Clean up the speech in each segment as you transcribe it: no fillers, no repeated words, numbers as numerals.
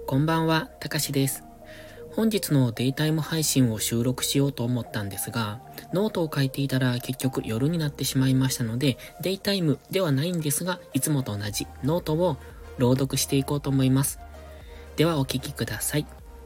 こんばんは、たかしです。本日のデイタイム配信を収録しようと思ったんですが、ノートを書いていたら結局夜になってしまいましたので、デイタイムではないんですが、いつもと同じノートを朗読していこうと思います。ではお聞きください。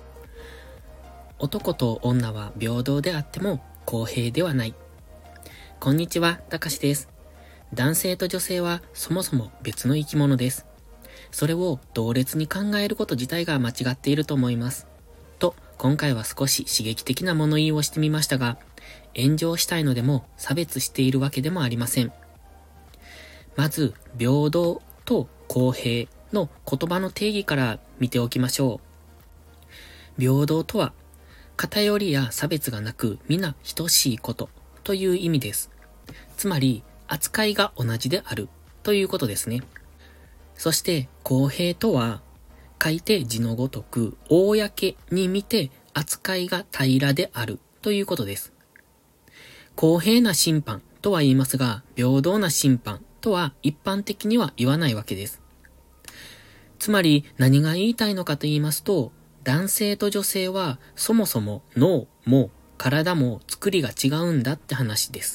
男と女は平等であっても公平ではない。こんにちは、たかしです。男性と女性はそもそも別の生き物です。それを同列に考えること自体が間違っていると思います。と、今回は少し刺激的な物言いをしてみましたが、炎上したいのでも差別しているわけでもありません。まず、平等と公平の言葉の定義から見ておきましょう。平等とは、偏りや差別がなく皆等しいことという意味です。つまり、扱いが同じであるということですね。そして公平とは、書いて字のごとく、公に見て扱いが平らであるということです。公平な審判とは言いますが、平等な審判とは一般的には言わないわけです。つまり何が言いたいのかと言いますと、男性と女性はそもそも脳も体も作りが違うんだって話です。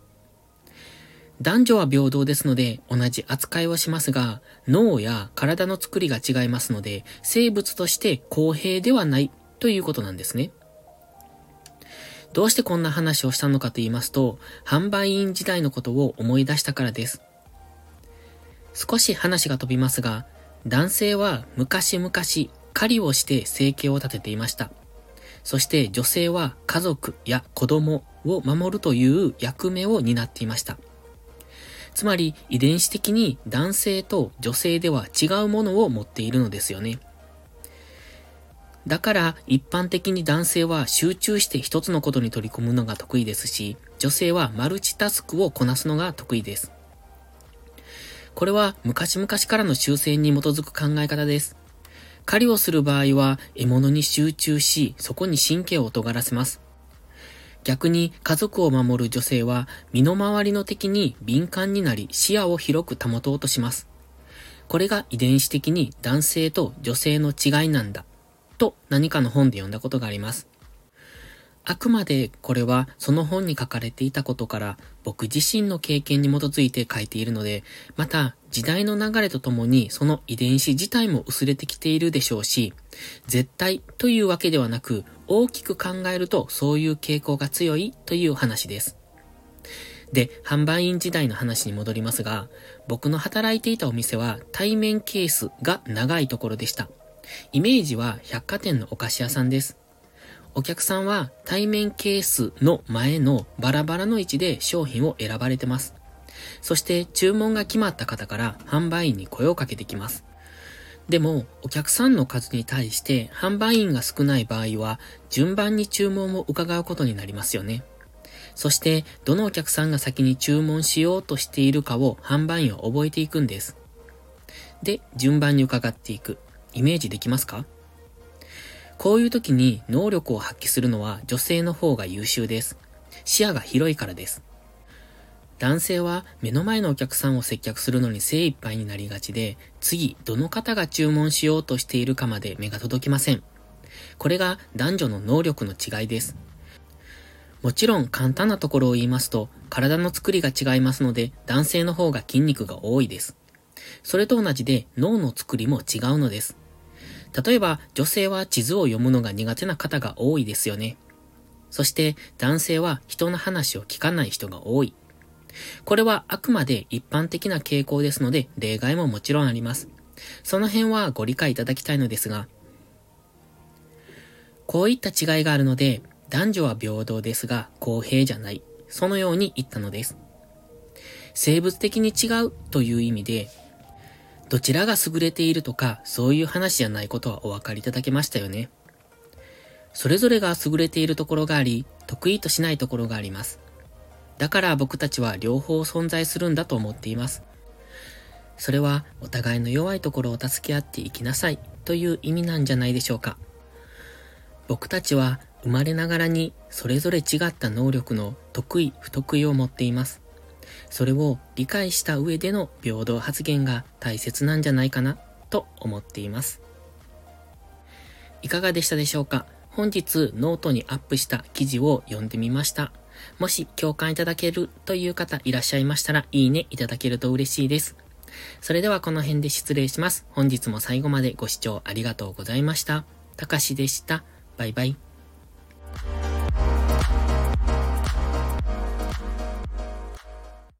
男女は平等ですので同じ扱いをしますが、脳や体の作りが違いますので、生物として公平ではないということなんですね。どうしてこんな話をしたのかと言いますと、販売員時代のことを思い出したからです。少し話が飛びますが、男性は昔々狩りをして生計を立てていました。そして女性は家族や子供を守るという役目を担っていました。つまり遺伝子的に男性と女性では違うものを持っているのですよね。だから一般的に男性は集中して一つのことに取り組むのが得意ですし、女性はマルチタスクをこなすのが得意です。これは昔々からの習性に基づく考え方です。狩りをする場合は獲物に集中し、そこに神経を尖らせます。逆に家族を守る女性は身の回りの敵に敏感になり視野を広く保とうとします。これが遺伝子的に男性と女性の違いなんだと何かの本で読んだことがあります。あくまでこれはその本に書かれていたことから僕自身の経験に基づいて書いているので、また時代の流れとともにその遺伝子自体も薄れてきているでしょうし、絶対というわけではなく大きく考えるとそういう傾向が強いという話です。で、販売員時代の話に戻りますが、僕の働いていたお店は対面ケースが長いところでした。イメージは百貨店のお菓子屋さんです。お客さんは対面ケースの前のバラバラの位置で商品を選ばれてます。そして注文が決まった方から販売員に声をかけてきます。でもお客さんの数に対して販売員が少ない場合は順番に注文を伺うことになりますよね。そしてどのお客さんが先に注文しようとしているかを販売員は覚えていくんです。で、順番に伺っていく。イメージできますか？こういう時に能力を発揮するのは女性の方が優秀です。視野が広いからです。男性は目の前のお客さんを接客するのに精一杯になりがちで、次どの方が注文しようとしているかまで目が届きません。これが男女の能力の違いです。もちろん簡単なところを言いますと、体の作りが違いますので、男性の方が筋肉が多いです。それと同じで脳の作りも違うのです。例えば女性は地図を読むのが苦手な方が多いですよね。そして男性は人の話を聞かない人が多い。これはあくまで一般的な傾向ですので例外ももちろんあります。その辺はご理解いただきたいのですが、こういった違いがあるので男女は平等ですが公平じゃない。そのように言ったのです。生物的に違うという意味で、どちらが優れているとかそういう話じゃないことはお分かりいただけましたよね。それぞれが優れているところがあり、得意としないところがあります。だから僕たちは両方存在するんだと思っています。それはお互いの弱いところを助け合っていきなさいという意味なんじゃないでしょうか。僕たちは生まれながらにそれぞれ違った能力の得意不得意を持っています。それを理解した上での平等発言が大切なんじゃないかなと思っています。 いかがでしたでしょうか？本日ノートにアップした記事を読んでみました。もし共感いただけるという方いらっしゃいましたら、いいねいただけると嬉しいです。それではこの辺で失礼します。本日も最後までご視聴ありがとうございました。たかしでした。バイバイ。